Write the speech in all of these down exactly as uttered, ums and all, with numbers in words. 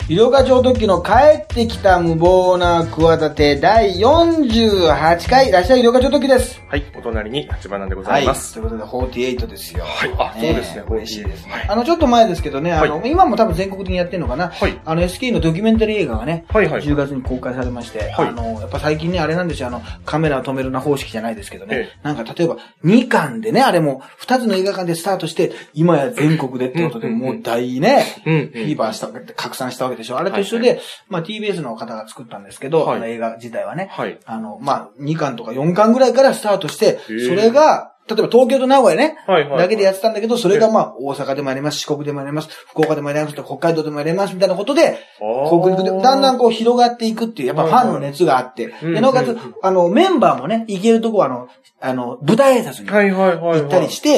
医療課長特急の帰ってきた無謀な企てだいよんじゅうはちかい、いらっしゃい医療課長特急です。 はい、お隣に立花でございます。 はい、ということでよんじゅうはちですよ。 はい、あ、そうですね。 嬉しいですね。はい、あの、ちょっと前ですけどね、あの、はい、今も多分全国的にやってるのかな。はい。あの、エスケー のドキュメンタリー映画がね、はいはい、じゅうがつに公開されまして、はい、あの、やっぱ最近ね、あれなんですよ、あの、カメラを止めるな方式じゃないですけどね、ええ、なんか例えばにかんでね、あれもふたつの映画館でスタートして、今や全国でってことで、もう大ね、フィーバーしたわけで、拡散したわけでしょ。あれと一緒で、はいはい、まあ ティービーエス の方が作ったんですけど、はい、あの映画自体はね、はい、あの、まあにかんとかよんかんぐらいからスタートして、それが、例えば東京と名古屋ね、はいはいはい、だけでやってたんだけど、それがまあ大阪でもやります、四国でもやります、福岡でもやります、北海道でもやりますみたいなことで、北陸でだんだんこう広がっていくっていう、やっぱファンの熱があって、で、なおかつ、あの、メンバーもね、行けるとこはあの、あの、舞台挨拶に行ったりして、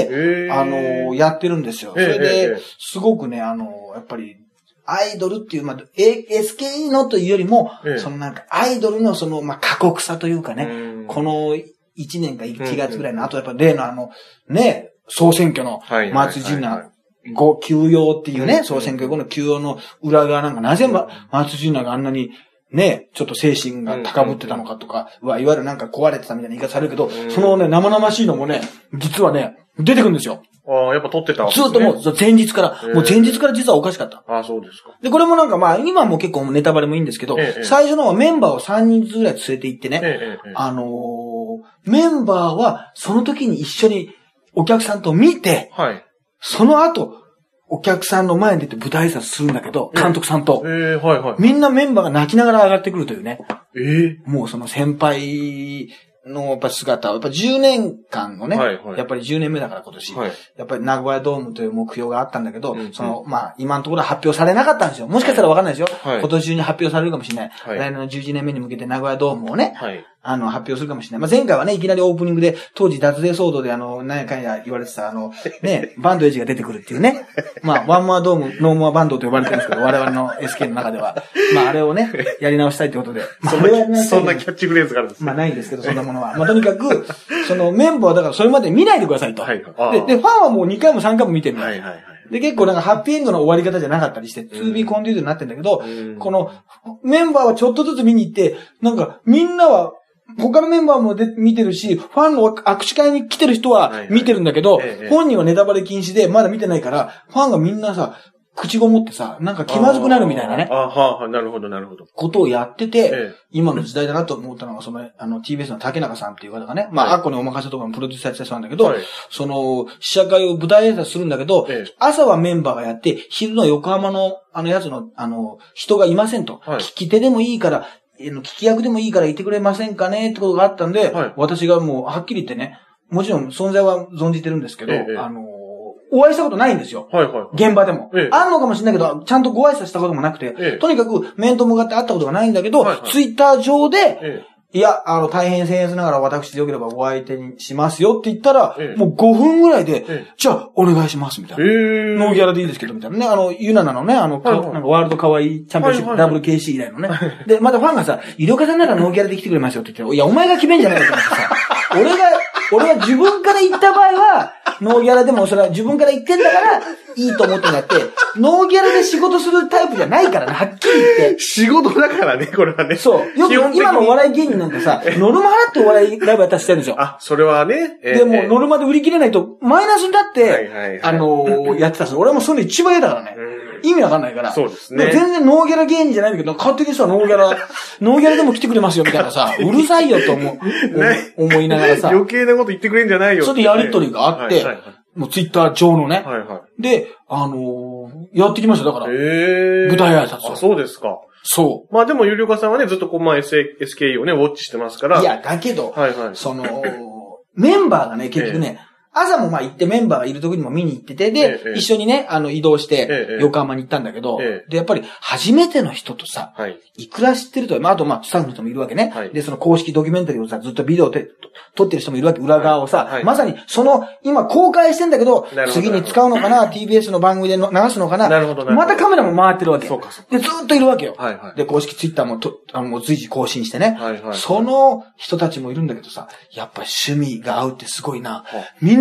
あの、やってるんですよ。それで、すごくね、あの、やっぱり、アイドルっていう、まあ、エスケー のというよりも、そのなんか、アイドルのその、まあ、過酷さというかね、この、いちねんかいちがつぐらいの、あとやっぱ例のあの、ね、総選挙の松陣内後休養っていうね、総選挙後の休養の裏側なんか、なぜ松陣内があんなに、ね、ちょっと精神が高ぶってたのかとか、いわゆるなんか壊れてたみたいな言い方されるけど、そのね、生々しいのもね、実はね、出てくるんですよ。 ああ、やっぱ撮ってたわけですね。ずっともう前日から、もう前日から実はおかしかった。 ああ、そうですか。 で、これもなんかまあ、今も結構ネタバレもいいんですけど、ええ、最初のはメンバーをさんにんずつぐらい連れて行ってね、ええ、あのー、メンバーはその時に一緒にお客さんと見て、はい、その後、お客さんの前に出て舞台挨拶するんだけど、監督さんと、ええはいはい、みんなメンバーが泣きながら上がってくるというね、ええ、もうその先輩、のやっぱ姿を、やっぱじゅうねんかんのね、はいはい、やっぱりじゅうねんめだから今年、はい、やっぱり名古屋ドームという目標があったんだけど、うんうん、その、まあ、今のところは発表されなかったんですよ。もしかしたらわかんないですよ。はい、今年中に発表されるかもしれない。はい、来年のじゅういちねんめに向けて名古屋ドームをね、はい、あの、発表するかもしれない。まあ、前回はね、いきなりオープニングで、当時脱税騒動であの、何やかんや言われてたあの、ね、バンドエイジが出てくるっていうね。まあ、ワンモアドーム、ノーモアバンドと呼ばれてるんですけど、我々の エスケー の中では。まあ、あれをね、やり直したいってことで。 まあ、そんな、そんなキャッチフレーズがあるんですまあ、ないんですけど、そんなものは。まあ、とにかく、そのメンバーはだからそれまで見ないでくださいと。はい、で、で、ファンはもうにかいもさんかいも見てるの。はいはいはい。で、結構なんかハッピーエンドの終わり方じゃなかったりして、ツービー コンティニューになってんだけど、このメンバーはちょっとずつ見に行って、なんかみんなは、他のメンバーもで見てるし、ファンの握手会に来てる人は見てるんだけど、はいはい、本人はネタバレ禁止でまだ見てないから、ファンがみんなさ、口ごもってさ、なんか気まずくなるみたいなね。 ああ、はあ、なるほど、なるほど。 ことをやってて、ええ、今の時代だなと思ったのが、その、あの、ティービーエス の竹中さんっていう方がね、まあ、はい、アッコにお任せとかのプロデューサーやってた人なんだけど、はい、その、試写会を舞台挨拶するんだけど、ええ、朝はメンバーがやって、昼の横浜の、あのやつの、あの、人がいませんと。はい、聞き手でもいいから、聞き役でもいいからいてくれませんかねってことがあったんで、はい、私がもう、はっきり言ってね、もちろん存在は存じてるんですけど、ええ、あの、お会いしたことないんですよ。はいはい。現場でも。ええ、あるのかもしれないけど、ちゃんとご挨拶したこともなくて、ええ、とにかく面と向かって会ったことがないんだけど、はいはい、ツイッター上で、ええ、いや、あの、大変僭越ながら私でよければお相手にしますよって言ったら、ええ、もうごふんぐらいで、ええ、じゃあ、お願いします、みたいな。えー、ノーギャラでいいですけど、みたいなね。あの、ユナナのね、あの、はいはい、なんかワールド可愛いチャンピオンシップ、はいはいはい、ダブルケーシー 以来のね。で、またファンがさ、医療家さんならノーギャラで来てくれますよって言って、いや、お前が決めんじゃないかと思ってさ、俺が、俺は自分から言った場合は、ノーギャラでもそれは自分から言ってんだから、いいと思ってんだって、ノーギャラで仕事するタイプじゃないからね、はっきり言って。 仕事だからね、これはね。 そう。よく今のお笑い芸人なんてさ、ノルマ払ってお笑いライブやったりしてるんですよ。 あ、それはね。 えー、でも、ノルマで売り切れないと、マイナスになって、はいはいはい、あのー、やってたんですよ。俺はもうそれ一番嫌だからね。意味わかんないから。 そうですね。 全然ノーギャラ芸人じゃないんだけど、勝手にさ、ノーギャラ、ノーギャラでも来てくれますよ、みたいなさ、うるさいよと思う、ね、思いながらさ。 余計なこと言ってくれんじゃないよ。 それでやりとりがあって、はいはいはい、もうツイッター上のね。はいはい、で、あのー、やってきました、だから。へー。舞台挨拶を。 あ、そうですか。 そう。 まあでも、ゆりおかさんはね、ずっとこう、まあ エスケー をね、ウォッチしてますから。 いや、だけど、はいはい、その、メンバーがね、結局ね、えー朝もまあ行ってメンバーがいる時にも見に行ってて、で、ええ、一緒にね、あの移動して、横浜に行ったんだけど、ええ、で、やっぱり初めての人とさ、はい、いくら知ってると、まああとまあスタッフの人もいるわけね、はい、で、その公式ドキュメンタリーをさ、ずっとビデオで撮ってる人もいるわけ、裏側をさ、はいはい、まさにその、今公開してんだけど、次に使うのかな、ティービーエス の番組で流すのかな、なるほどまたカメラも回ってるわけ。そうかそうかで、ずっといるわけよ。はいはい、で、公式ツイッターもと、あの、随時更新してね、はいはいはい、その人たちもいるんだけどさ、やっぱり趣味が合うってすごいな。はい、みん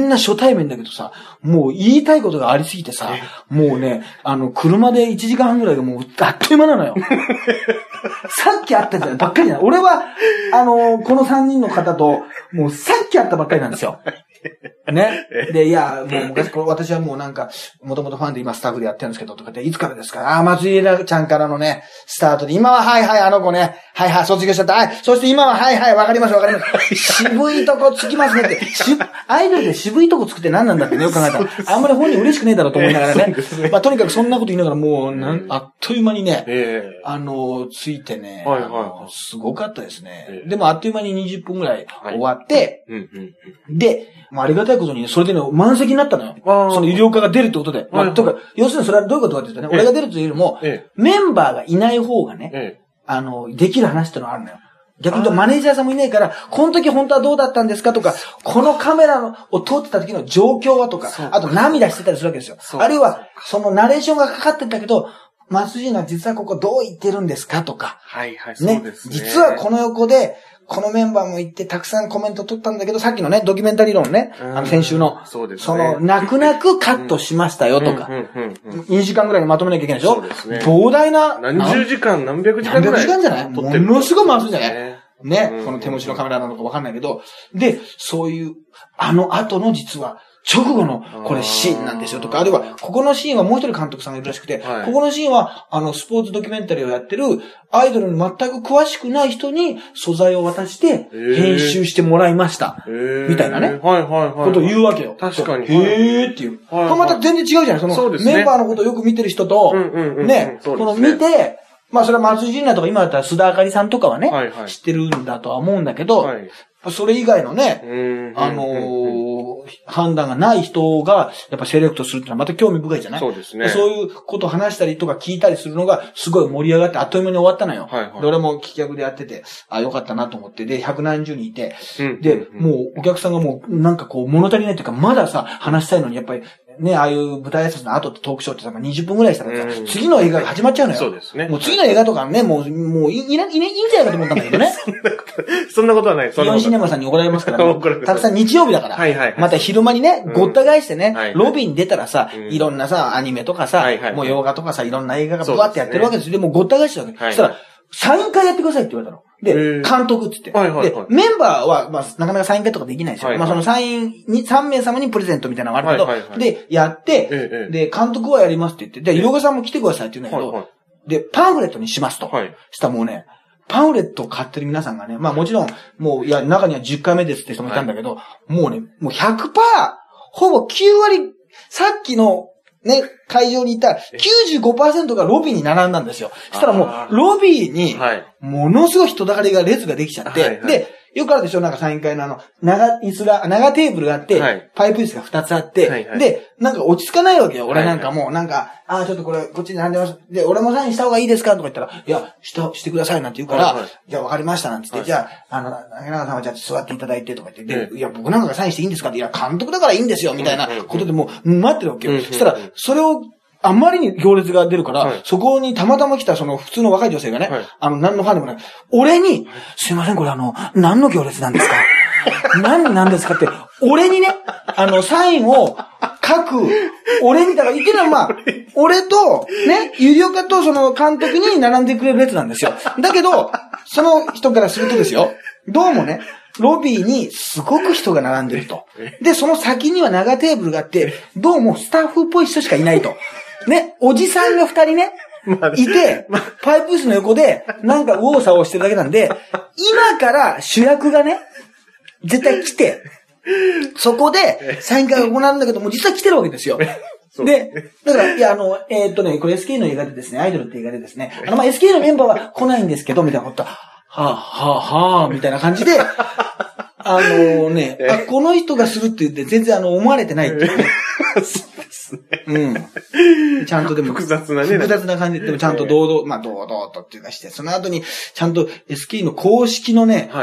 んな初対面だけどさ、もう言いたいことがありすぎてさ、もうね、あの、車でいちじかんはんぐらいがもうあっという間なのよ。さっき会ったじゃん、ばっかりじゃん。俺は、あの、このさんにんの方と、もうさっき会ったばっかりなんですよ。ね。で、いや、もう昔、私はもうなんか、もともとファンで今スタッフでやってるんですけど、とかって、いつからですか？ああ、松井ちゃんからのね、スタートで、今ははいはい、あの子ね、はいはい、卒業しちゃった。はい、そして今ははいはい、わかりますわかります。渋いとこつきますねって。しアイドルで渋いとこつくって何なんだってね、よく考えたら。あんまり本人嬉しくねえだろうと思いながらね。ねまあ、とにかくそんなこと言いながら、もう、なん、あっという間にね、えー、あの、ついてね、はいはいはい、すごかったですね、えー。でもあっという間ににじゅっぷんぐらい終わって、はいうんうんうん、で、まあ、ありがたいことにね、それでね、満席になったのよ。その医療科が出るってことで。まあ、とか、要するにそれはどういうことかって言うとね、俺が出るというよりも、ええ、メンバーがいない方がね、ええ、あの、できる話ってのがあるのよ。逆に言うとマネージャーさんもいないから、この時本当はどうだったんですかとか、このカメラのを撮ってた時の状況はとか、あと涙してたりするわけですよ。あるいは、そのナレーションがかかってんだけど、松井が実はここどう言ってるんですかとか。 はいはい、そうですね。 実はこの横で、このメンバーも行ってたくさんコメント取ったんだけど、さっきのね、ドキュメンタリー論ね、あの先週の、 そうですね、 その、泣く泣くカットしましたよとか、にじかんぐらいにまとめなきゃいけないでしょ。そうですね。膨大な。 何十時間、何百時間ぐらい。 何百時間じゃないものすごい回すんじゃないね、この手持ちのカメラなのかわかんないけど、で、そういう、あの後の実は、直後の、これシーンなんですよとか、あるいは、ここのシーンはもう一人監督さんがいるらしくて、はい、ここのシーンは、あの、スポーツドキュメンタリーをやってる、アイドルに全く詳しくない人に素材を渡して、編集してもらいました。みたいなね。 はいはいはい。 ことを言うわけよ。 確かに。 へーっていう。はいはい、また全然違うじゃない、その、そうですね、メンバーのことをよく見てる人と、うんうんうん、ね、この見て、まあそれは松井陣内とか今だったら須田あかりさんとかはね、はいはい、知ってるんだとは思うんだけど、はい、それ以外のね、あのー、判断がない人がやっぱセレクトするってのはまた興味深いじゃない？ そうですね。 そういうことを話したりとか聞いたりするのがすごい盛り上がってあっという間に終わったのよ。はいはい、で俺も聞き役でやってて、あ、よかったなと思って、で、百何十人いて、で、もうお客さんがもうなんかこう物足りないというか、まださ、話したいのにやっぱり、ね、ああいう舞台挨拶の後ってトークショーってさ、にじゅっぷんぐらいしたらさ、うん、次の映画が始まっちゃうのよ。 そうですね。 もう次の映画とかね、もう、もういい、いい、いいんじゃないかと思ったんだけどね。 そんなことはない。 イオンシネマさんに怒られますから、ね、たくさん日曜日だから。はいはい、はい。また昼間にね、ごった返してね、うん、ロビーに出たらさ、うん、いろんなさ、アニメとかさ、はいはい、もう洋画とかさ、いろんな映画がブワってやってるわけですよ。で、もうごった返してるわけ。はい、そしたら、サイン会やってくださいって言われたの。で、監督って言って。はいはいはい、で、メンバーは、まあ、なかなかサイン会とかできないですよ。はいはい、まあ、そのサインに、さん名様にプレゼントみたいなのがあるけど、はいはいはい、で、やって、ええ、で、監督はやりますって言って、で、色賀さんも来てくださいって言うんだけど、はいはい、で、パンフレットにしますと。はい、したらもうね、パンフレットを買ってる皆さんがね、まあもちろん、もう、いや、中にはじゅっかいめですって人もいたんだけど、はい、もうね、もう ひゃくパーセント、ほぼきゅうわり、さっきの、ね、会場にいたきゅうじゅうごパーセントがロビーに並んだんですよ。そしたらもう、ロビーに、ものすごい人だかりが列ができちゃって、はいはい、で、よくあるでしょなんかサイン会のあの、長椅子が、長テーブルがあって、はい、パイプ椅子がふたつあって、はいはい、で、なんか落ち着かないわけよ。俺なんかもう、なんか、ああ、ちょっとこれ、こっちに並んでます。で、俺もサインした方がいいですかとか言ったら、いや、した、してくださいなんて言うから、はいはい、じゃあ分かりましたなんて言って、はい、じゃあ、あの、長永さんはじゃあ座っていただいてとか言って、で、いや、僕なんかがサインしていいんですかって、いや、監督だからいいんですよ、みたいなことでもう、待ってるわけよ。そしたら、それを、あんまりに行列が出るから、はい、そこにたまたま来たその普通の若い女性がね、はい、あの、何のファンでもない。俺に、すいません、これあの、何の行列なんですか何なんですかって、俺にね、あの、サインを書く、俺に、だから言ってるのはまあ、俺と、ね、有料化とその監督に並んでくれるやつなんですよ。だけど、その人からするとですよ、どうもね、ロビーにすごく人が並んでると。で、その先には長テーブルがあって、どうもスタッフっぽい人しかいないと。ね、おじさんが二人ね、いて、パイプ椅子の横で、なんか右往左往してるだけなんで、今から主役がね、絶対来て、そこでサイン会が行われるんだけども、実は来てるわけですよ。で、だから、いや、あの、えー、っとね、これ エスケー の映画でですね、アイドルって映画でですね、あの、まあ、エスケー のメンバーは来ないんですけど、みたいなこと、はぁ、はぁ、はぁ、みたいな感じで、あのね、あ、この人がするって言って全然あの、思われてないっていうね。 そうですね。 うん。ちゃんとでも。 複雑なね。 複雑な感じで、でもちゃんと堂々、まあ堂々とっていうかして、その後に、ちゃんと エスケー の公式のね、はい。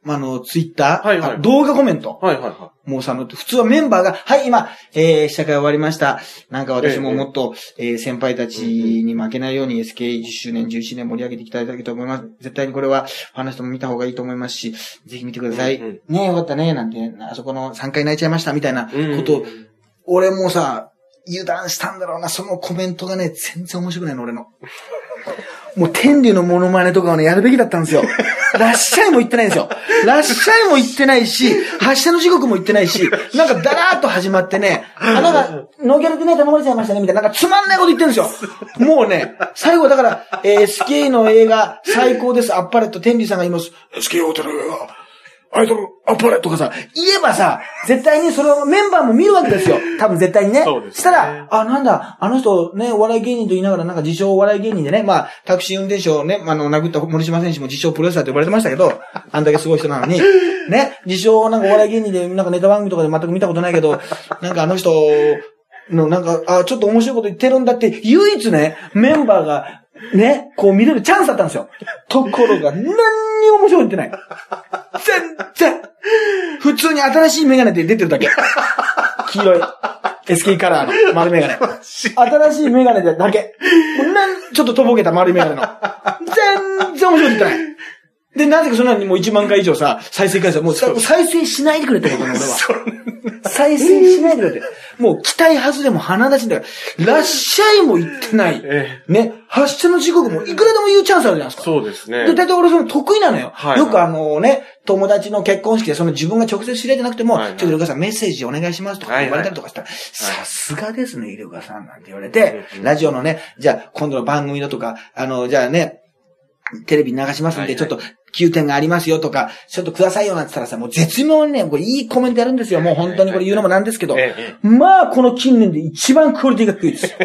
あの、ツイッター、 はいはい、 動画コメント。 はいはいはい。 もうさ、普通はメンバーが、はい、今、えー、試写会終わりました。なんか私ももっと、えーえー、先輩たちに負けないように エスケーじゅっしゅうねん、じゅういちねん盛り上げていきたいと思います。絶対にこれは、ファンの人も見た方がいいと思いますし、ぜひ見てください。うんうん、ねえ、よかったね、なんて、あそこのさんかい泣いちゃいました、みたいなことを、うんうん、俺もさ、油断したんだろうな、そのコメントがね、全然面白くないの、俺の。もう天竜のモノマネとかをね、やるべきだったんですよ。らっしゃいも言ってないんですよ。らっしゃいも言ってないし、発車の時刻も言ってないし、なんかだらーっと始まってね、あ、なんか、のげるでね、頼まれちゃいましたね、みたいな、なんかつまんないこと言ってるんですよ。もうね、最後だから、えー、エスケー の映画、最高です、アッパレット、天竜さんが言います。エスケー ホテル映画。アイドル、アッパレとかさ、言えばさ、絶対にそれをメンバーも見るわけですよ。多分絶対にね。そうですね。したら、あ、なんだ、あの人ね、お笑い芸人と言いながらなんか自称お笑い芸人でね、まあ、タクシー運転手をね、あの、殴った森島選手も自称プロレスラーと呼ばれてましたけど、あんだけすごい人なのに、ね、自称なんかお笑い芸人で、なんかネタ番組とかで全く見たことないけど、なんかあの人のなんか、あ、ちょっと面白いこと言ってるんだって、唯一ね、メンバーが、ね、こう見れるチャンスだったんですよ。ところが、何にも面白い言ってない。全然普通に新しいメガネで出てるだけ。黄色い。エスケー カラーの丸メガネ。新しいメガネでだけ。もうなんちょっととぼけた丸メガネの。全然面白い言ってない。で、なぜかそんなにもういちまんかい以上さ、再生回数、もう再生しないでくれってことなの、俺は。再生しないでくれって。もう期待外れも鼻出しだから、らっしゃいも言ってない。ね。発車の時刻もいくらでも言うチャンスあるじゃないですか。 そうですね。 で、大体俺その得意なのよ。はいはい、よくあのね、友達の結婚式でその自分が直接知り合いじゃなくても、はいはい、ちょっとイルカさんメッセージお願いしますとか言われたりとかしたら、はいはい、さすがですね、イルカさんなんて言われて、はい、ラジオのね、じゃあ今度の番組のとか、あの、じゃあね、テレビ流しますんで、ちょっと、きゅうてんがありますよとか、ちょっとくださいよなんて言ったらさ、もう絶妙にね、これいいコメントやるんですよ。もう本当にこれ言うのもなんですけど、まあ、この近年で一番クオリティが低いです。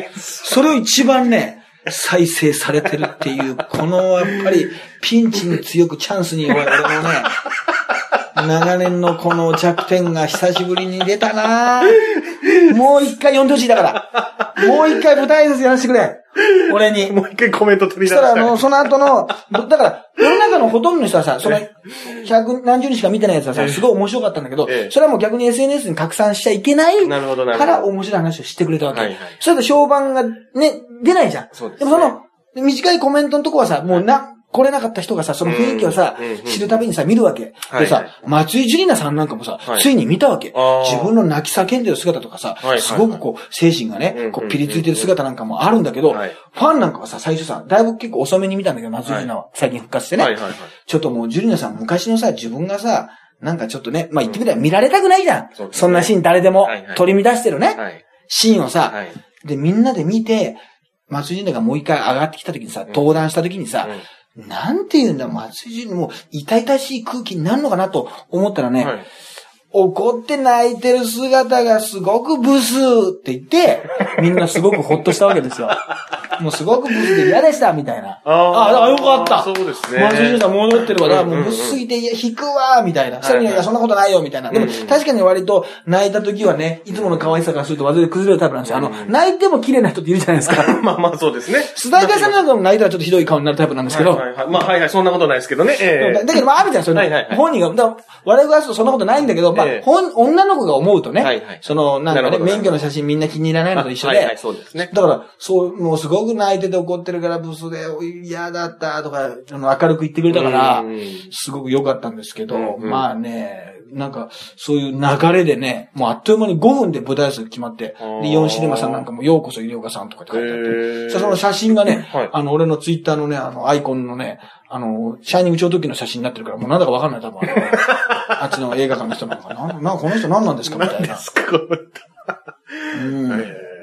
それを一番ね、再生されてるっていう、この、やっぱり、ピンチに強くチャンスに、俺もね、長年のこの弱点が久しぶりに出たなぁ。もう一回呼んでほしいだから。もう一回舞台挨拶やらせてくれ。俺に。 もう一回コメント取り出したい。 そしたら、あの、その後の、だから、世の中のほとんどの人はさ、その、百何十人しか見てないやつはさ、すごい面白かったんだけど、それはもう逆に エスエヌエス に拡散しちゃいけない。なるほど、なるほど。から面白い話をしてくれたわけ。はいはい、それで評判がね、出ないじゃん。そうですね。でもその、短いコメントのとこはさ、もうな、来れなかった人がさ、その雰囲気をさ、知るたびにさ、見るわけ。でさ、松井樹里奈さんなんかもさ、ついに見たわけ。自分の泣き叫んでる姿とかさ、すごくこう、精神がね、こう、ピリついてる姿なんかもあるんだけど、ファンなんかはさ、最初さ、だいぶ結構遅めに見たんだけど、松井樹里奈は最近復活してね。ちょっともう樹里奈さん昔のさ、自分がさ、なんかちょっとね、まあ言ってみたら見られたくないじゃん。そんなシーン誰でも取り乱してるね。シーンをさ、で、みんなで見て、松井樹里奈がもう一回上がってきた時にさ、登壇した時にさ、なんて言うんだ、松井樹里奈、もう、痛々しい空気になるのかなと思ったらね、はい、怒って泣いてる姿がすごくブスって言って、みんなすごくほっとしたわけですよ。もうすごくブスで嫌でした、みたいな。ああ、よかった。 そうですね。 松井樹里奈戻ってるわ。もうブスすぎて引くわ、みたいな。それにはそんなことないよ、みたいな。でも、確かに割と泣いた時はね、いつもの可愛さからすると忘れて崩れるタイプなんですよ。あの、泣いても綺麗な人っているじゃないですか。 まあまあそうですね。 須田さんなんかも泣いたらちょっとひどい顔になるタイプなんですけど。 はいはいはい。まあはいはい、そんなことないですけどね。えー、だけど、まああるじゃん、それ。はいはいはい、本人が、だ我々はそんなことないんだけど、まあ、えー、本、女の子が思うとね、はいはい、その、なんかね、免許の写真みんな気に入らないのと一緒で。はいはい、そうですね。だから、そう、もうすごく泣いてて怒ってるからブスで嫌だったとか、明るく言ってくれたから、すごく良かったんですけど、うんうん、まあね、なんか、そういう流れでね、もうあっという間にごふんで舞台挨拶決まって、で、イオンシネマさんなんかもようこそ井岡さんとかって書いてあって、その写真がね、はい、あの、俺のツイッターのね、あの、アイコンのね、あの、シャイニング超特急の写真になってるから、もうなんだかわかんない、多分あの、あっちの映画館の人なのかな。なんかこの人何なんですかみたいな。何ですかうん、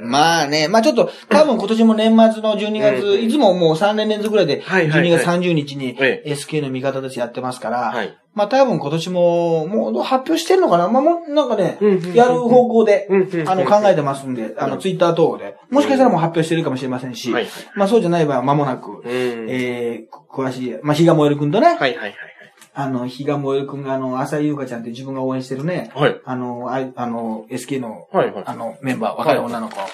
まあね、まあちょっと、多分今年も年末のじゅうにがつ、うん、いつももうさんねん連続ぐらいで、じゅうにがつさんじゅうにちに エスケー の味方ですやってますから、はい、まあ多分今年も、もう発表してるのかなまあもうなんかね、やる方向で、あの考えてますんで、あのツイッター等で、もしかしたらもう発表してるかもしれませんし、まあそうじゃない場合は間もなく、えー、詳しい、まあ比嘉萌くんとね、はいはいはい。あの、比嘉萌くんが、あの、浅井優香ちゃんって自分が応援してるね、はい、あの、ああの、エスケー の、はいはい、あの、メンバー、若い女の子、はい、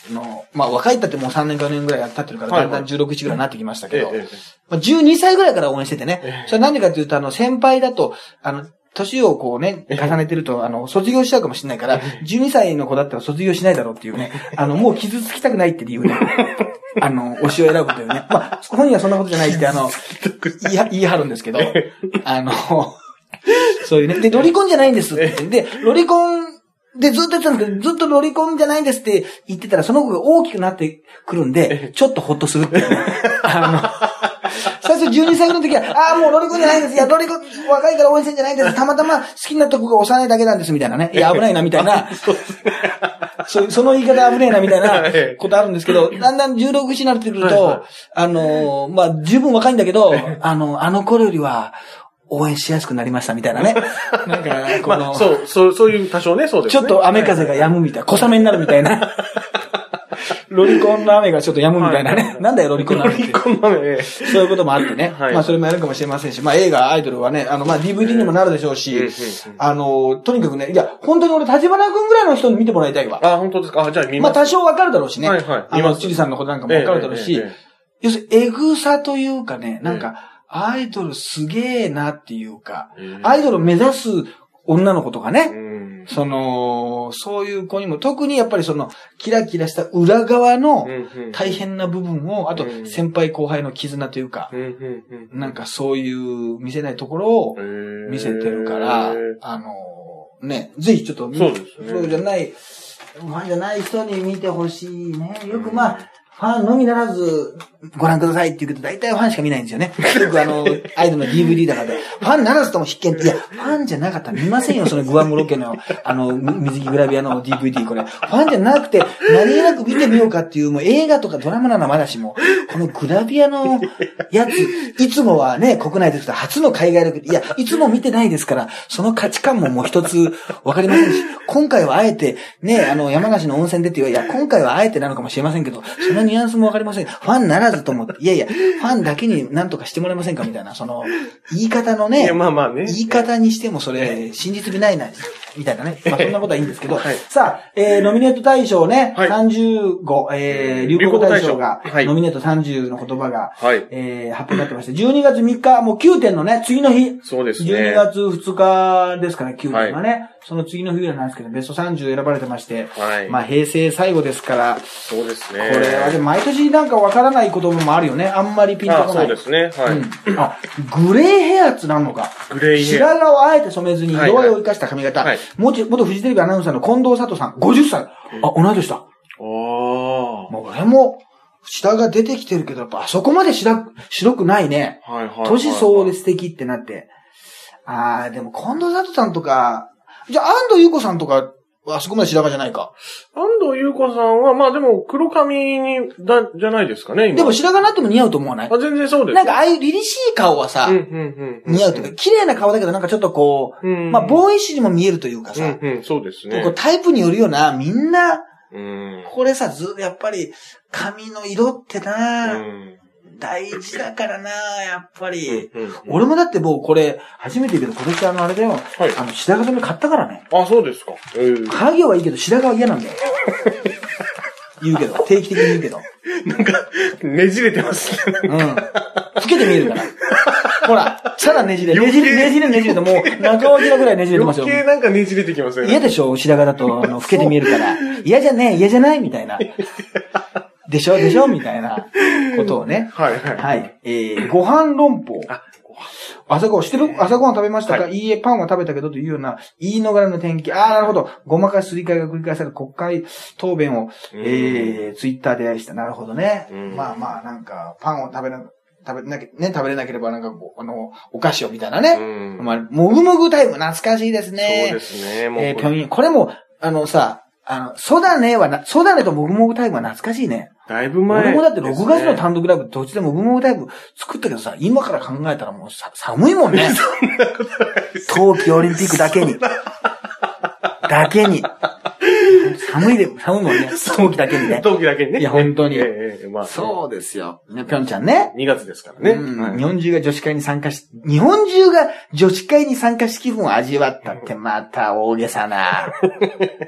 の、まあ若いったってもうさんねんかよねんぐらいやったってるから、だんだんじゅうろく、ななぐらいになってきましたけど、まあじゅうにさいぐらいから応援しててね、それなんでかっていうと、あの、先輩だと、あの、年をこうね、重ねてると、あの、卒業しちゃうかもしれないから、じゅうにさいの子だったら卒業しないだろうっていうね、あの、もう傷つきたくないって理由で、あの、推しを選ぶというね。まあ、本人はそんなことじゃないって、あの、言い、言い張るんですけど、あの、そういうね。で、ロリコンじゃないんですって。で、ロリコンでずっと言ってたんですけど、ずっとロリコンじゃないんですって言ってたら、その子が大きくなってくるんで、ちょっとほっとするっていうね。あの、最初じゅうにさいの時は、ああ、もうロリコンじゃないんです。いや、ロリコン、若いから応援してんじゃないんです。たまたま好きになった子が幼いだけなんです、みたいなね。いや、危ないな、みたいな。そう、その言い方危ないな、みたいなことあるんですけど、だんだんじゅうろく、ななになってくると、あの、まあ、十分若いんだけど、あの、あの頃よりは、応援しやすくなりましたみたいなね。なんか、この、 まあ、そう、そう、そういう多少ね、そうですね。 ちょっと雨風が止むみたいな、小雨になるみたいな。ロリコンの雨がちょっと止むみたいなね。はい、なんだよ、ロリコンの雨って。ロリコンの雨、そういうこともあってね。はい、まあ、それもやるかもしれませんし、まあ、映画、アイドルはね、あの、まあ、ディーブイディー にもなるでしょうし、あの、とにかくね、いや、本当に俺、立花くんぐらいの人に見てもらいたいわ。 あ、本当ですか。あ、じゃあ見ます。 まあ、多少わかるだろうしね。 はいはい。 あの、チリさんのことなんかもわかるだろうし、要するに、エグさというかね、なんか、アイドルすげえなっていうか、アイドルを目指す女の子とかね、その、そういう子にも、特にやっぱりその、キラキラした裏側の大変な部分を、あと先輩後輩の絆というか、なんかそういう見せないところを見せてるから、あの、ね、ぜひちょっと、 そうですね。 そうじゃない、ファンじゃない人に見てほしいね。よくまあ、ファンのみならず、ご覧くださいって言うけど、大体ファンしか見ないんですよね。よくあの、アイドルの ディーブイディー だからで、ファンならずとも必見って、いや、ファンじゃなかったら見ませんよ、そのグアムロケの、あの、水着グラビアの ディーブイディー これ。ファンじゃなくて、何気なく見てみようかっていう、もう映画とかドラマならまだしも、このグラビアのやつ、いつもはね、国内で初の海外ロケ、いや、いつも見てないですから、その価値観ももう一つわかりませんし、今回はあえて、ね、あの、山梨の温泉でっていう、いや、今回はあえてなのかもしれませんけど、そのニュアンスもわかりません。ファンならずと思って、いやいや、ファンだけに何とかしてもらえませんかみたいな、その、言い方のね、 いやまあまあね、 言い方にしてもそれ、真実味ないな、みたいなね。まあそんなことはいいんですけど、はい、さあ、えー、ノミネート大賞ね、はい、さんじゅうご、えー、流行語大賞が、はい、ノミネートさんじゅうの言葉が、はい、えー、発表になってまして、じゅうにがつみっか、もうきゅうてんのね、次の日。 そうですね。 じゅうにがつふつかですかね、きゅうてんがね。はい、その次の日ぐらいなんですけど、ベストさんじゅう選ばれてまして、はい、まあ平成最後ですから、 そうですね。 これはで毎年なんかわからない言葉もあるよね。あんまりピンとこない。 そうですね。はい。 うん、あ、グレーヘアってなんのか。 グレーヘア。白髪をあえて染めずに色合いを生かした髪型。はいはい、元、元フジテレビアナウンサーの近藤佐藤さん、ごじゅっさい。あ、同い年だ。ああ。もう俺も、下が出てきてるけど、やっぱあそこまで白白くないね。はいはいはい、はい。年相応で素敵ってなって。ああ、でも近藤佐藤さんとか、じゃあ安藤優子さんとか、あそこまで白髪じゃないか。 安藤優子さんは、まあでも黒髪に、だ、じゃないですかね、今。 でも白髪なっても似合うと思わない？ あ、全然そうです。 なんかああいう凛々しい顔はさ、うんうんうん、似合うというか、綺麗な顔だけどなんかちょっとこう、うんうん、まあボーイッシュにも見えるというかさ、 うんうん、そうですね。 こうタイプによるよな、みんな、うん、これさ、ず、やっぱり、髪の色ってな、うん、大事だからな、やっぱり、うんうんうん。俺もだってもうこれ、初めて言うけど、今年あのあれだよ、はい、あの、白髪染め買ったからね。 あ、そうですか。 えー、影はいいけど、白髪は嫌なんだよ。言うけど、定期的に言うけど。 なんか、ねじれてますね。 うん。老けて見えるから。ほら、さらねじれ、ねじれ、ねじれねじれともう、中脇のぐらいねじれてますよ。 余計なんかねじれてきますよね。 嫌でしょ白髪だと、あの、老けて見えるから。嫌じゃねえ、嫌じゃないみたいな。でしょでしょみたいなことをね。 はいはい。 はい。えー、ご飯論法。あ、朝ごはん、してる朝ごはん食べましたか、はい、いいえ、パンは食べたけどというような、言い逃れの典型。ああ、なるほど。ごまかしすり替えが繰り返される国会答弁を、えー、ツイッターで愛した。なるほどね。まあまあ、なんか、パンを食べな、食べなきゃ、ね、食べれなければなんか、あの、お菓子をみたいなね。まあ、もぐもぐタイム、懐かしいですね。 そうですね。もうえー、ぴょんやこれも、あのさ、あの、ソダネはな、ソダネともぐもぐタイムは懐かしいね。 だいぶ前、ね。 俺もだってろくがつの単独ライブ、途中でもぐもぐタイム作ったけどさ、今から考えたらもうさ、寒いもんね。 そんなことないです。 冬季オリンピックだけに。だけに。寒いで、寒いもんね。冬季だけにね。 冬季だけにね。 いや、本当に。 ええまあ、 そうですよ。ね、ぴょんちゃんね。 にがつですからね、 うんはい。日本中が女子会に参加し、日本中が女子会に参加し気分を味わったってまた大げさな。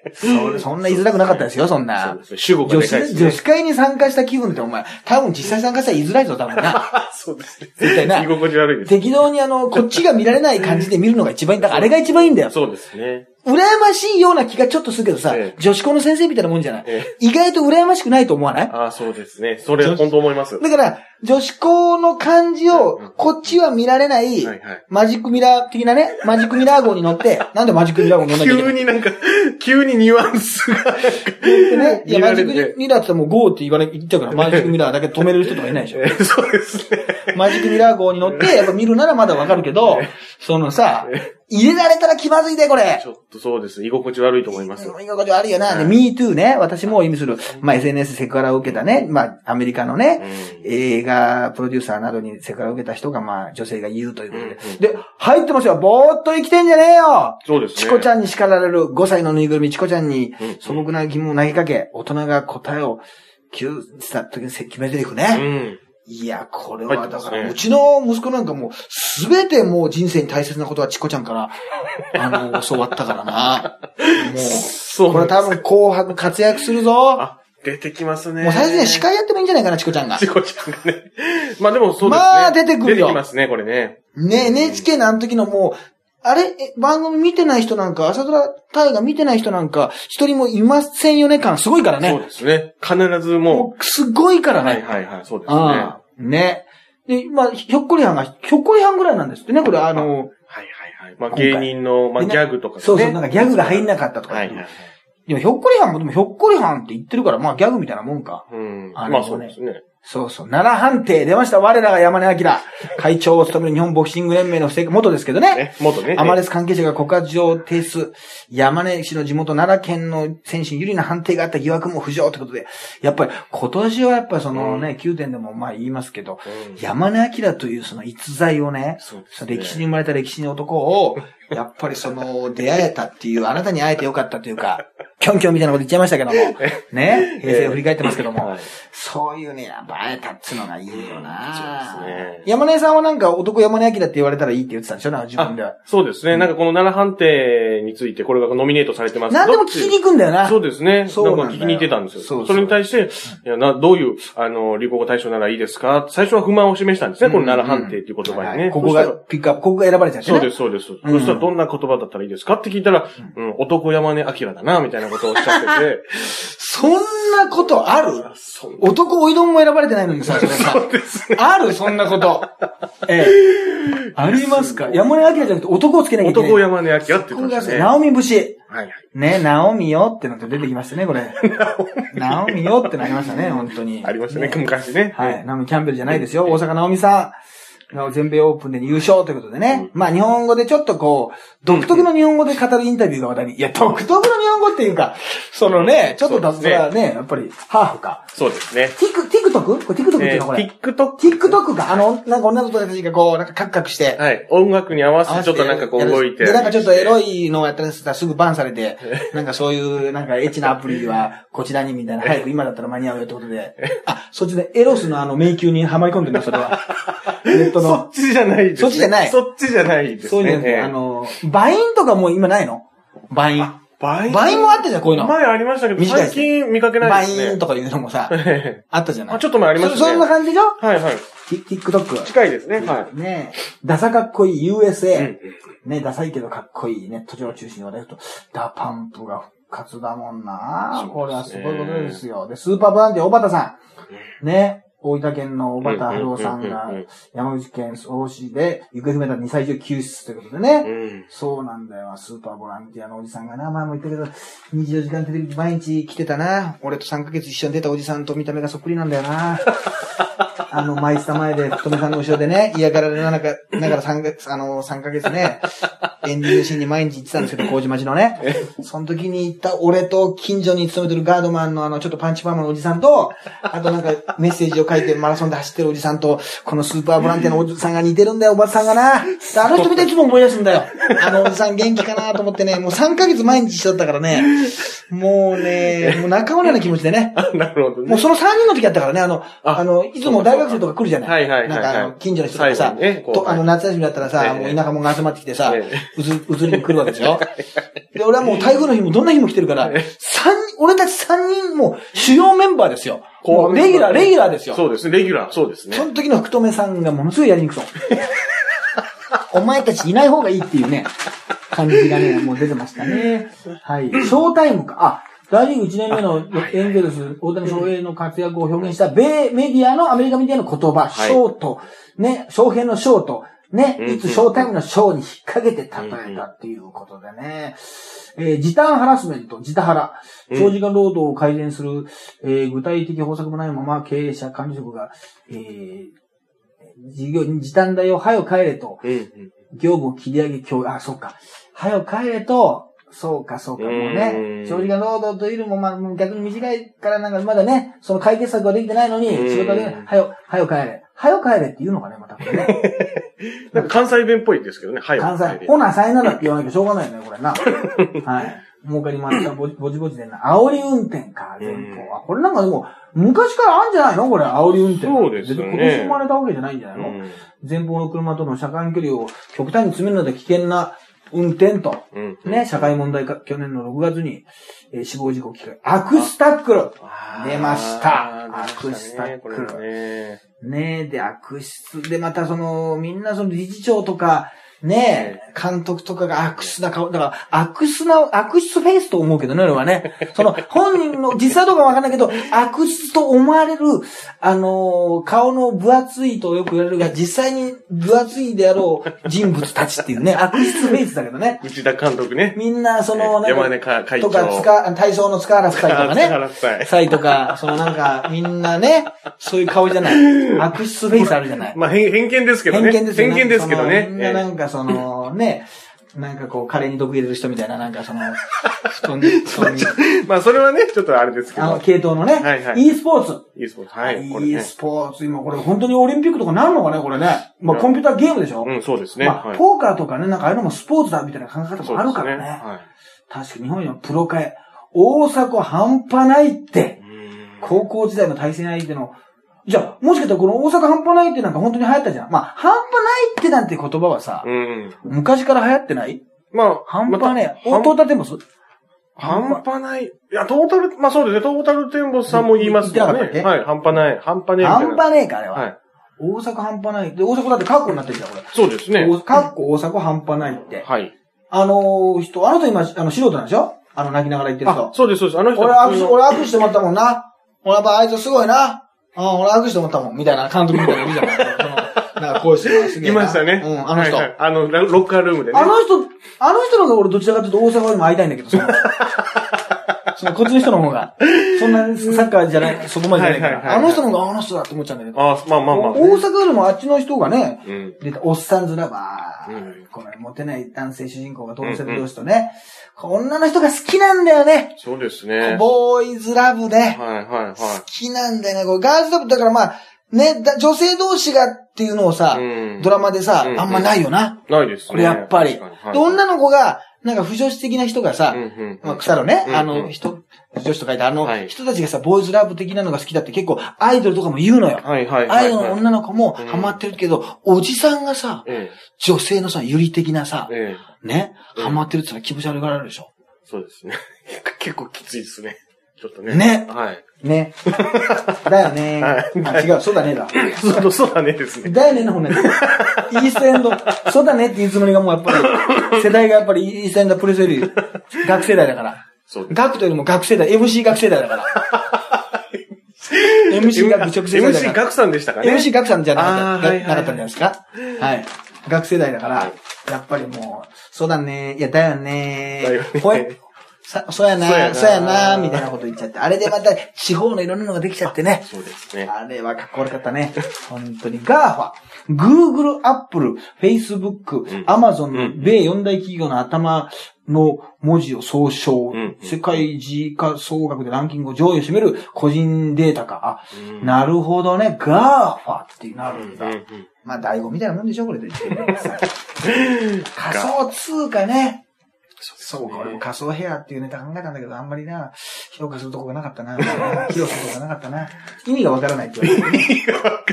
そ, そんな言いづらくなかったですよ、そんな。そうですね。主語がでかいですね。女子会に参加した気分ってお前、多分実際参加したら言いづらいぞ、多分な。 そうですね。 絶対な。 居心地悪いです。 適当にあの、こっちが見られない感じで見るのが一番いいんだ。あれが一番いいんだよ。 そうですね。 羨ましいような気がちょっとするけどさ、ええ、女子校の先生みたいなもんじゃない、ええ、意外と羨ましくないと思わない？ ああ、そうですね。それ本当思います。 だから、女子校の感じを、こっちは見られない、マジックミラー的なね、マジックミラー号に乗って、なんでマジックミラー号に乗んなきゃいけない？ 急になんか、急にニュアンスが。 ね、いや、マジックミラーって言ったらもうゴーって言われ、言っちゃうから、マジックミラーだけ止めれる人とかいないでしょ。 そうですね。 マジックミラー号に乗って、やっぱ見るならまだわかるけど、そのさ、入れられたら気まずいで、これ。 ちょっとそうです。居心地悪いと思います。 居心地悪いよな。で、Me Too ね。私も意味する。まあ、エスエヌエス セクハラを受けたね。まあ、アメリカのね、うん、映画プロデューサーなどにセクハラを受けた人が、まあ、女性が言うということで。うんうん、で、入ってますよ。ぼーっと生きてんじゃねえよ。 そうですね。 チコちゃんに叱られるごさいのぬいぐるみチコちゃんに素朴な疑問を投げかけ、大人が答えを急した時に決め台詞ね。うんいや、これは、だから、うちの息子なんかもう、すべてもう人生に大切なことはチコちゃんから、あの、教わったからな。もう、そうこれ多分紅白活躍するぞ。あ、 出てきますね。 もう最初に司会やってもいいんじゃないかな、チコちゃんが。 チコちゃんがね。まあでもそうですね。 まあ出てくるよ。 出てきますね、これね。 ね、エヌエイチケー のあの時のもう、あれ番組見てない人なんか、朝ドラ大河見てない人なんか、一人もいませんよね感すごいからね。 そうですね。必ずもう。もうすごいからね。 はいはいはい、そうですね。 ね。で、まあ、ひょっこりはんが、ひょっこりはんぐらいなんですってね、これ、あの、はいはいはい。まあ、芸人の、まあ、ギャグとかね。 そうそう、なんかギャグが入んなかったとか。はいはいはい。でも、ひょっこりはんも、でも、ひょっこりはんって言ってるから、まあ、ギャグみたいなもんか。 うん。あまあ、そうですね。 そうそう。奈良判定出ました。我らが山根明。会長を務める日本ボクシング連盟の元ですけどね。ね元ね。 アマレス関係者が告発状を提出。山根氏の地元奈良県の選手に有利な判定があった疑惑も浮上ということで。やっぱり今年はやっぱりそのね、うん、きゅうてんでもまあ言いますけど、うん、山根明というその逸材をね、そうですね、歴史に生まれた歴史の男を、やっぱりその出会えたっていう、あなたに会えてよかったというか、キョンキョンみたいなこと言っちゃいましたけども、ね、平成を振り返ってますけども、はい、そういうね、やっぱ会えたっていうのがいいよな、そうですね。山根さんはなんか男山根明って言われたらいいって言ってたんでしょ、なんか自分では。 そうですね、うん。なんかこの奈良判定についてこれがノミネートされてますけど。 何でも聞きに行くんだよな。 そうですね。そうなんか聞きに行ってたんですよ。そうそう。それに対して、いやな、どういう、あの、履行対象ならいいですか最初は不満を示したんですね、うんうんうん、この奈良判定っていう言葉にね。はいはい、 ここがピックアップ、ここが選ばれちゃってね。 そうです、そうです。うん、そしたらどんな言葉だったらいいですかって聞いたら、うん、うん、男山根明だな、みたいなことをおっしゃってて。 そんなことある？男おいどんも選ばれてないのにさ、それさ。 そうですね。 あるそんなこと。ええ。ありますか？山根明じゃなくて男をつけなきゃいけない。 男山根明って言ってましたね。 ナオミ節。 はいはい。 ね、ナオミよってのと出てきましたね、これ。ナオミよってなりましたね、本当に。 ありましたね、昔ね。 はい。ナオミキャンベルじゃないですよ。大阪ナオミさん。全米オープンで優勝ということでね。うん、まあ日本語でちょっとこう、独特の日本語で語るインタビューが話題に。いや、独特の日本語っていうか、そのね、ちょっと脱がね、やっぱりハーフか。 そうですね。 ティク、ティクトクこれ TikTok っていうのこれ。 TikTok。 TikTok か。あの、なんか女の子たちがこう、なんかカクカクして。 はい。音楽に合わせてちょっとなんかこう動いて。 で、なんかちょっとエロいのをやったりしたらすぐバンされて、なんかそういうなんかエッチなアプリはこちらにみたいな、早く今だったら間に合うよってことで。あ、そっちでエロスのあの迷宮にはまり込んでるんだ、それは。ネットの。 そっちじゃないです、ね。 そっちじゃない。 そっちじゃないですね。 そういうの、あの、バインとかもう今ないの？バイン。 バインバインもあったじゃん、こういうの。 前ありましたけど、最近見かけないですね。 バインとかいうのもさ、あったじゃない。 あ、ちょっと前ありましたね。 そんな感じでしょ？ はいはい。 TikTok。 近いですね。はい。 ねえ。ダサかっこいい ユーエスエー。ね、ダサいけどかっこいいネット上を中心に話題すると、ダパンプが復活だもんな。これはすごいことですよ。で、スーパーボランティア、小畑さん。ね。大分県の小畑春夫さんが山口県総府市で行方不明だったにさい児を救出ということでね、うん。そうなんだよ。スーパーボランティアのおじさんがな、前も言ったけど、にじゅうよじかんテレビ毎日来てたな。俺とさんかげつ一緒に出たおじさんと見た目がそっくりなんだよな。あの、マイスタ前で、太めさんの後ろでね、嫌がられながら、ながら3ヶ月、あの、さんかげつね、エンディングシーンに毎日行ってたんですけど、麹町のね。その時に行った俺と近所に勤めてるガードマンのあの、ちょっとパンチパーマのおじさんと、あとなんかメッセージを書いてマラソンで走ってるおじさんと、このスーパーボランティアのおじさんが似てるんだよ、おばさんがな。あの人見ていつも思い出すんだよ。あのおじさん元気かなと思ってね、もうさんかげつ毎日一緒だったからね、 もうね、もう仲間な気持ちでね。 なるほどね。 もうそのさんにんの時やったからね、あの、あの、いつも大学生とか来るじゃない。 はいはいはい。 なんかあの、近所の人とかさ、と、あの、夏休みだったらさ、もう田舎者が集まってきてさ、うず、うずりに来るわけでしょ。で、俺はもう台風の日もどんな日も来てるから、三人、俺たち三人も主要メンバーですよ。もうレギュラー、レギュラーですよ。 そうですね、レギュラー、そうですね。 その時の福留さんがものすごいやりにくそう。お前たちいない方がいいっていうね、感じがね、もう出てましたね。はい。ショータイムか。あ、大リーグいちねんめのエンゼルス、大谷翔平の活躍を表現した米メディアの、アメリカメディアの言葉、ショート、ね、翔平のショート、ね、いつショータイムのショーに引っ掛けて例えたっていうことでね。えー、時短ハラスメント、時短ハラ。長時間労働を改善する、えー、具体的方策もないまま経営者、管理職が、えー、事業に時短だよ、はよ帰れと、業務を切り上げ、今日、あ、そうか。はよ帰れと、そうか、そうか、もうね。長時間労働というよりも、まあ、逆に短いからなんかまだね、その解決策ができてないのに、仕事で、はよ、はよ帰れ。はよ帰れって言うのかね、またこれね。 なんか関西弁っぽいですけどね、はよ帰れ。 関西。ほな、さよならって言わなきゃしょうがないよね、これな。はい。儲かりました。ぼちぼちぼちでな。煽り運転か、前方。あ、これなんかでも、昔からあるんじゃないのこれ、煽り運転。 そうですね。 今年生まれたわけじゃないんじゃないの、うん、前方の車との車間距離を極端に詰めるので危険な運転と。うんうん、ね、社会問題か、去年のろくがつに、えー、死亡事故機会。アクスタックル出ました。アクスタックル。ね, ねで、悪質で、またその、みんなその理事長とか、ねえ、監督とかが悪質な顔、だから悪質な、悪質フェイスと思うけどね、俺はね。その、本人の実際どうかわかんないけど、悪質と思われる、あのー、顔の分厚いとよく言われるが、実際に分厚いであろう人物たちっていうね、悪質フェイスだけどね。 内田監督ね。 みんな、その、 なんか、山根会長とか、つか、体操の塚原夫妻とかね。 塚原夫妻。 夫妻とか、そのなんか、みんなね、そういう顔じゃない。悪質フェイスあるじゃない。 まあ、偏見ですけどね。 偏見ですよね。 偏見ですけどね。 みんななんか、そのね、なんかこう、カレーに毒入れる人みたいな、なんかその、布団に、布団に。 まあ、それはね、ちょっとあれですけど。 あの、系統のね。 はいはい。 e スポーツ。 e スポーツ。はい。 e スポーツ、今これ本当にオリンピックとかなるのかね、これね。まあ、コンピューターゲームでしょ。 うん、そうですね。 まあ、ポーカーとかね、なんかああいうのもスポーツだみたいな考え方もあるからね。はい。確かに日本のプロ会、大迫半端ないって、高校時代の対戦相手の、じゃあ、もしかしたらこの大阪半端ないってなんか本当に流行ったじゃん。まあ、半端ないってなんて言葉はさ、うん、昔から流行ってない？まあ、半端ねえ。ま、トータルテンボス？ 半端ない。いや、トータル、まあそうですね。トータルテンボスさんも言いますよね。はい、半端ない。半端ねえ。 半端ねえか、あれは。はい。大阪半端ない。で、大阪だってカッコになってるじゃん、これ。 そうですね。 カッコ大阪半端ないって。 はい。 あのー、人、あの人今、あの、素人なんでしょ？あの、泣きながら言ってる人。 あ、そうです、そうです。あの人。 俺握手、俺握手してもらったもんな。俺やっぱあいつすごいな。ああ、俺握手してもらったもん。みたいな、監督みたいなのいるじゃない。その、なんかこういう人がすげえ。 いましたね。 うん、あの人。はいはい、 あの、ロッカールームでね。 あの人、あの人の方が俺どちらかというと大阪よりも会いたいんだけど、その、そのこっちの人の方が、そんなサッカーじゃない、そこまでじゃないから。あの人の方があの人だって思っちゃうんだけど。 あまあまあまあ。 大阪よりもあっちの人がね、うん、出た、おっさんずラバー。うん、このモテない男性主人公が同性同士とね、うんうん、女の人が好きなんだよね。 そうですね。 ボーイズラブで。はいはいはい。好きなんだよね。これガールズラブだからまあ、ね、女性同士がっていうのをさ、うん、ドラマでさ、うんうん、あんまないよな。 ないですね。 これやっぱり。はい、で女の子が、なんか不女子的な人がさ、うんうんまあ、草のね、うんうん、あの人、女子と書いてあの、はい、人たちがさ、ボーイズラブ的なのが好きだって結構アイドルとかも言うのよ。はいはいはいはい、アイドルの女の子もハマってるけど、うん、おじさんがさ、うん、女性のさ、ユリ的なさ、うん、ね、うん、ハマってるってのは気持ち悪がられるでしょ。 そうですね。結構きついですね。ちょっとね。 ね。 はい。 ね。だよね。はい。あ、違う、そうだねだ。 そう、そうだねですね。 だよねの方ね。イーストエンド、そうだねって言うつもりがもうやっぱり、世代がやっぱりイーストエンドプレスより学生代だから。そうです。学というよりも学生代、エムシー 学生代だから。エムシー 学直接代だから。 エムシー 学さんでしたかね。 エムシー 学さんじゃなかった、なかったんじゃないですか。はい。学生代だから、やっぱりもう、そうだね、いや、だよね。だよね。さ、そうやな、そうやな、みたいなこと言っちゃって。あれでまた地方のいろんなのができちゃってね。 そうですね。 あれはかっこ悪かったね。本当に。ガーファ、Google、Apple、Facebook、うん、Amazon の米四大企業の頭の文字を総称。うん、世界時価総額でランキングを上位を占める個人データか。あ、うん、なるほどね。ガーファってなるんだ。うんうんうん、まあ、大悟みたいなもんでしょこれで言ってください。仮想通貨ね。 そうか、俺も仮想ヘアっていうネタ考えたんだけど、あんまりな、評価するとこがなかったな。披露するとこがなかったな。意味がわからないって言われて、ね。意味がわからない。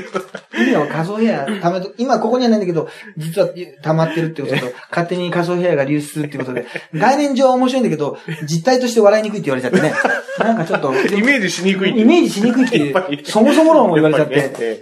意味が仮想ヘア、ためと、今ここにはないんだけど、実は溜まってるってことと、勝手に仮想ヘアが流出するってことで、概念上は面白いんだけど、実態として笑いにくいって言われちゃってね。なんかちょっと。 イメージしにくい。 イメージしにくいっていう、そもそも論も言われちゃって、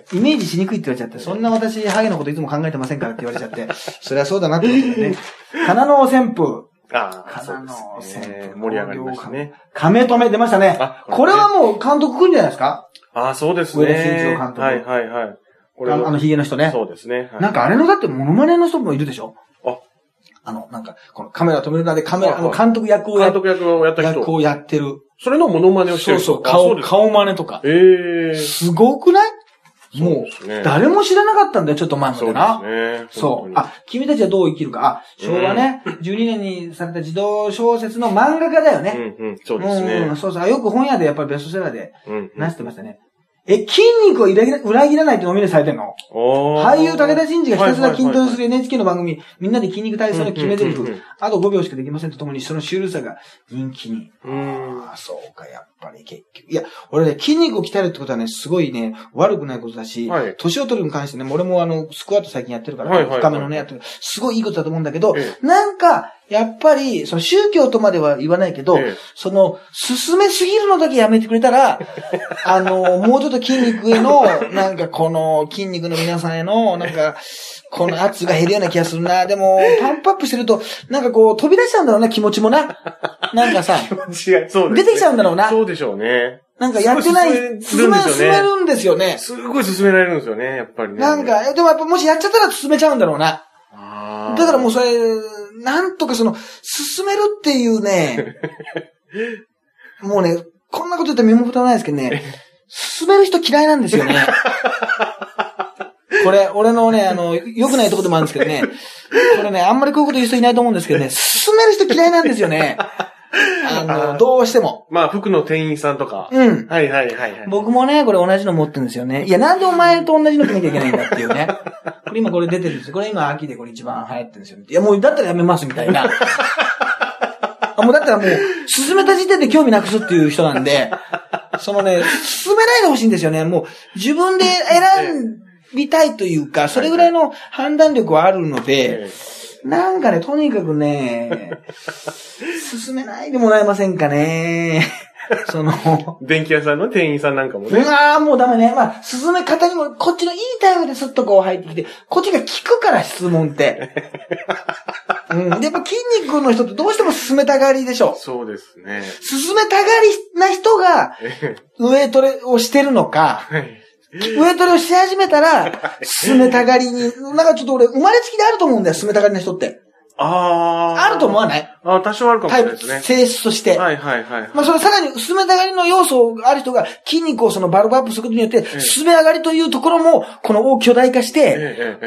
イメージしにくいって言われちゃって、そんな私、ハゲのこといつも考えてませんからって言われちゃって、そりゃそうだなってことでね。金の旋風。 ああ、そうですね。盛り上がりましたね。 亀止め出ましたね。これはもう監督来るんじゃないですか？ ああ、そうですね。 上田慎一郎監督。 はいはいはい。 これあの、ヒゲの人ね。 そうですね。 なんかあれのだってモノマネの人もいるでしょ？ああの、なんか、このカメラ止めるなでカメラ、あの、監督役をや監督役をやった人。 役をやってる。 それのモノマネをしてる。 そうそう、顔、顔真似とか。 ええ。 すごくない？もう、誰も知らなかったんだよ、ちょっと前までな。 そうですね。 そう。あ、君たちはどう生きるか。あ、昭和ね、じゅうにねんにされた児童小説の漫画家だよね。 うんうん、そうですね。 うん、そうそう。よく本屋でやっぱりベストセラーでなしてましたね。え、筋肉を裏切らないってノミネートされてんの？俳優武田真治がひたすら筋トレする エヌエイチケー の番組、みんなで筋肉体操の決め台詞、あとごびょうしかできませんとともにそのシュールさが人気に。ああ、そうか、やっぱり結局。いや、俺ね、筋肉を鍛えるってことはね、すごいね、悪くないことだし、はい、年を取るに関してね、俺もあの、スクワット最近やってるから、はいはいはい、深めのね、やってる。すごいいいことだと思うんだけど、ええ、なんか、やっぱり、その宗教とまでは言わないけど、ええ、その、進めすぎるのだけやめてくれたら、あの、もうちょっと筋肉への、なんかこの筋肉の皆さんへの、なんか、この圧が減るような気がするな。でも、パンプアップしてると、なんかこう、飛び出しちゃうんだろうな、気持ちもな。なんかさ、 そう出てきちゃうんだろうな。 そうでしょうね。 なんかやってない、進め、進めるんですよね。 すごい進められるんですよね、やっぱりね。 なんか、でもやっぱもしやっちゃったら進めちゃうんだろうな。だからもうそれ、なんとかその、進めるっていうね、もうね、こんなこと言ったら身も蓋ないですけどね、進める人嫌いなんですよね。これ、俺のね、あの、良くないとこでもあるんですけどね、これね、あんまりこういうこと言う人いないと思うんですけどね、進める人嫌いなんですよね。あの、どうしても。 まあ、服の店員さんとか。 うん。 はいはいはい、はい。 僕もね、これ同じの持ってるんですよね。いや、なんでお前と同じの着なきゃいけないんだっていうね。これ今これ出てるんですよ。これ今秋でこれ一番流行ってるんですよ。いや、もうだったらやめますみたいな。もうだったらもう、進めた時点で興味なくすっていう人なんで、そのね、進めないでほしいんですよね。もう、自分で選びたいというか、それぐらいの判断力はあるので、なんかね、とにかくね、進めないでもらえませんかね。その。 電気屋さんの店員さんなんかもね。 うわーもうダメね。まあ、進め方にも、こっちのいいタイムですっとこう入ってきて、こっちが聞くから質問って。うん。で、やっぱ筋肉の人ってどうしても進めたがりでしょ。 そうですね。 進めたがりな人が、ウエイトレをしてるのか、はいウエイトレをし始めたら、進めたがりに、なんかちょっと俺、生まれつきであると思うんだよ、進めたがりな人って。 ああ。 あると思わない？ ああ、多少あるかもしれないですね。 性質として。 はいはいはい。 まあそれさらに、進めたがりの要素がある人が、筋肉をそのバルブアップすることによって、進め上がりというところも、この大巨大化して、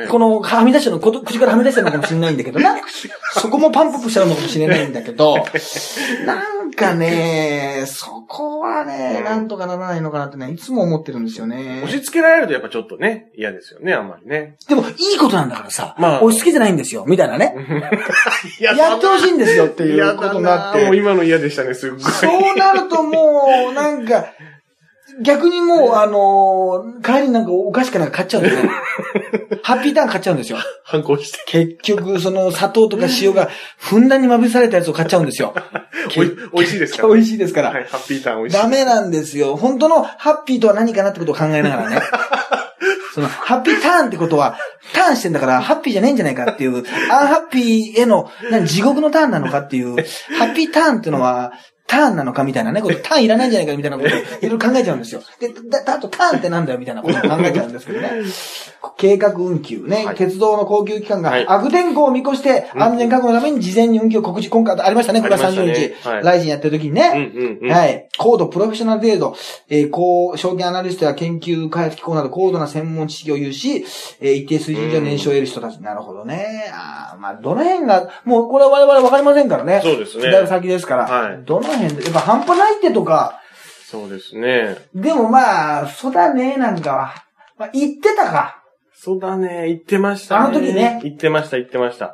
このはみ出したの、口からはみ出したのかもしれないんだけどな。そこもパンプアップしちゃうのかもしれないんだけど、なんかね、そこはね、なんとかならないのかなってね、いつも思ってるんですよね。 押し付けられるとやっぱちょっとね、嫌ですよね、あんまりね。 でも、いいことなんだからさ、まあ、押し付けじゃないんですよ、みたいなね。やってほしいんですよっていうことになって。 もう今の嫌でしたね、すっごい。 そうなるともう、なんか、逆にもう、あのー、帰りになんかお菓子かなんか買っちゃうんですよ。ハッピーターン買っちゃうんですよ。 反抗して。 結局、その砂糖とか塩がふんだんにまぶされたやつを買っちゃうんですよ。 おい、美味しいですから、 ね。美味しいですから。 はい、ハッピーターン美味しい。 ダメなんですよ。本当のハッピーとは何かなってことを考えながらね。その、ハッピーターンってことは、ターンしてんだから、ハッピーじゃねえんじゃないかっていう、アンハッピーへの、何、地獄のターンなのかっていう、ハッピーターンっていうのは、ターンなのかみたいなね、こと、ターンいらないんじゃないかみたいなことをいろいろ考えちゃうんですよ。で、だ、あとターンってなんだよみたいなことを考えちゃうんですけどね。計画運休ね、はい、鉄道の高級機関が悪天候を見越して安全確保のために事前に運休を告知、今回ありましたね、くがつさんじゅうにち、はい、ライジンやってる時にね、うんうんうん、はい、高度プロフェッショナル程度、えー、高、証券アナリストや研究開発機構など高度な専門知識を有し、えー、一定水準で年収を得る人たち。なるほどね。あまあ、どの辺が、もうこれは我々わかりませんからね。 そうですね。 だいぶ先ですから。はい。どの辺で、やっぱ半端ないってとか。 そうですね。 でもまあ、そうだね、なんかは。まあ、言ってたか。 そうだね、言ってましたね。 あの時ね。 言ってました、言ってました。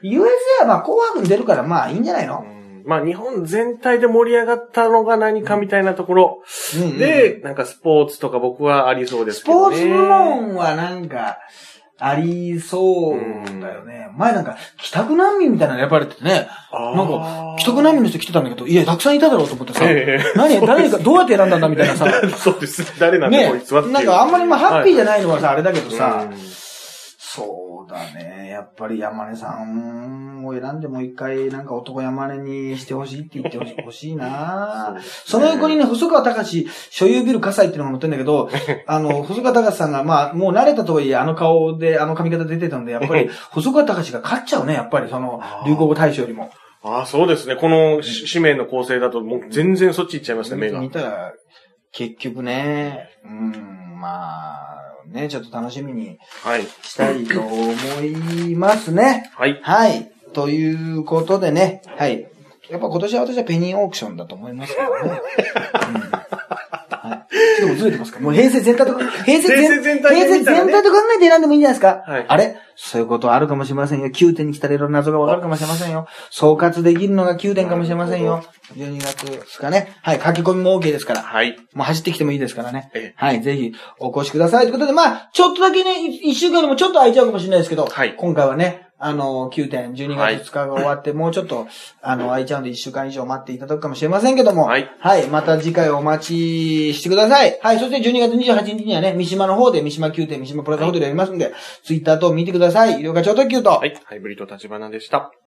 ユーエスエー はまあ紅白に出るからまあいいんじゃないの？ まあ日本全体で盛り上がったのが何かみたいなところで、なんかスポーツとか僕はありそうですけどね。 スポーツ部門はなんかありそうだよね。前なんか帰宅難民みたいなのやっぱりってね。なんか帰宅難民の人来てたんだけど、いやたくさんいただろうと思ってさ。えー、何誰かどうやって選んだんだみたいなさ。 そうです。誰なんだね、こいつはっていう。なんかあんまりまあハッピーじゃないのはさ、はい、あれだけどさ。そうだね。やっぱり山根さんを選んでもう一回なんか男山根にしてほしいって言ってほしいなそ, ね、その横にね、細川隆所有ビル火災っていうのが載ってんだけど、あの、細川隆さんがまあもう慣れたとはいえあの顔であの髪型出てたんで、やっぱり細川隆が勝っちゃうね、やっぱりその流行語大賞よりも。 ああ、そうですね。この紙面の構成だともう全然そっち行っちゃいますね、目が。 見たら、結局ね、うん、まあ、ね、ちょっと楽しみにしたいと思いますね。 はい。 はい。ということでね、はい。やっぱ今年は私はペニーオークションだと思いますけどね。うんはい、ちょっとずれてますか？もう平成全体とか、平成全, 全体、ね、平成全体と考えて選んでもいいんじゃないですか？はい。あれそういうことあるかもしれませんよ。きゅうてんに来たらいろんな謎がわかるかもしれませんよ。総括できるのがきゅうてんかもしれませんよ。じゅうにがつですかね。はい。書き込みも OK ですから。 はい。 もう走ってきてもいいですからね。ええ、はい。ぜひお越しください。ということで、まあ、ちょっとだけね、いっしゅうかんでもちょっと空いちゃうかもしれないですけど、はい。今回はね、あの、きゅうてん、じゅうにがつふつかが終わって、はい、もうちょっと、あの、空いちゃうんでいっしゅうかん以上待っていただくかもしれませんけども、はい。はい。また次回お待ちしてください。はい。そしてじゅうにがつにじゅうはちにちにはね、三島の方で三島きゅうてん、三島プラザホテルやりますんで、はい、ツイッター等見てください。医療課長特急と。 はい。ハイブリッド立花でした。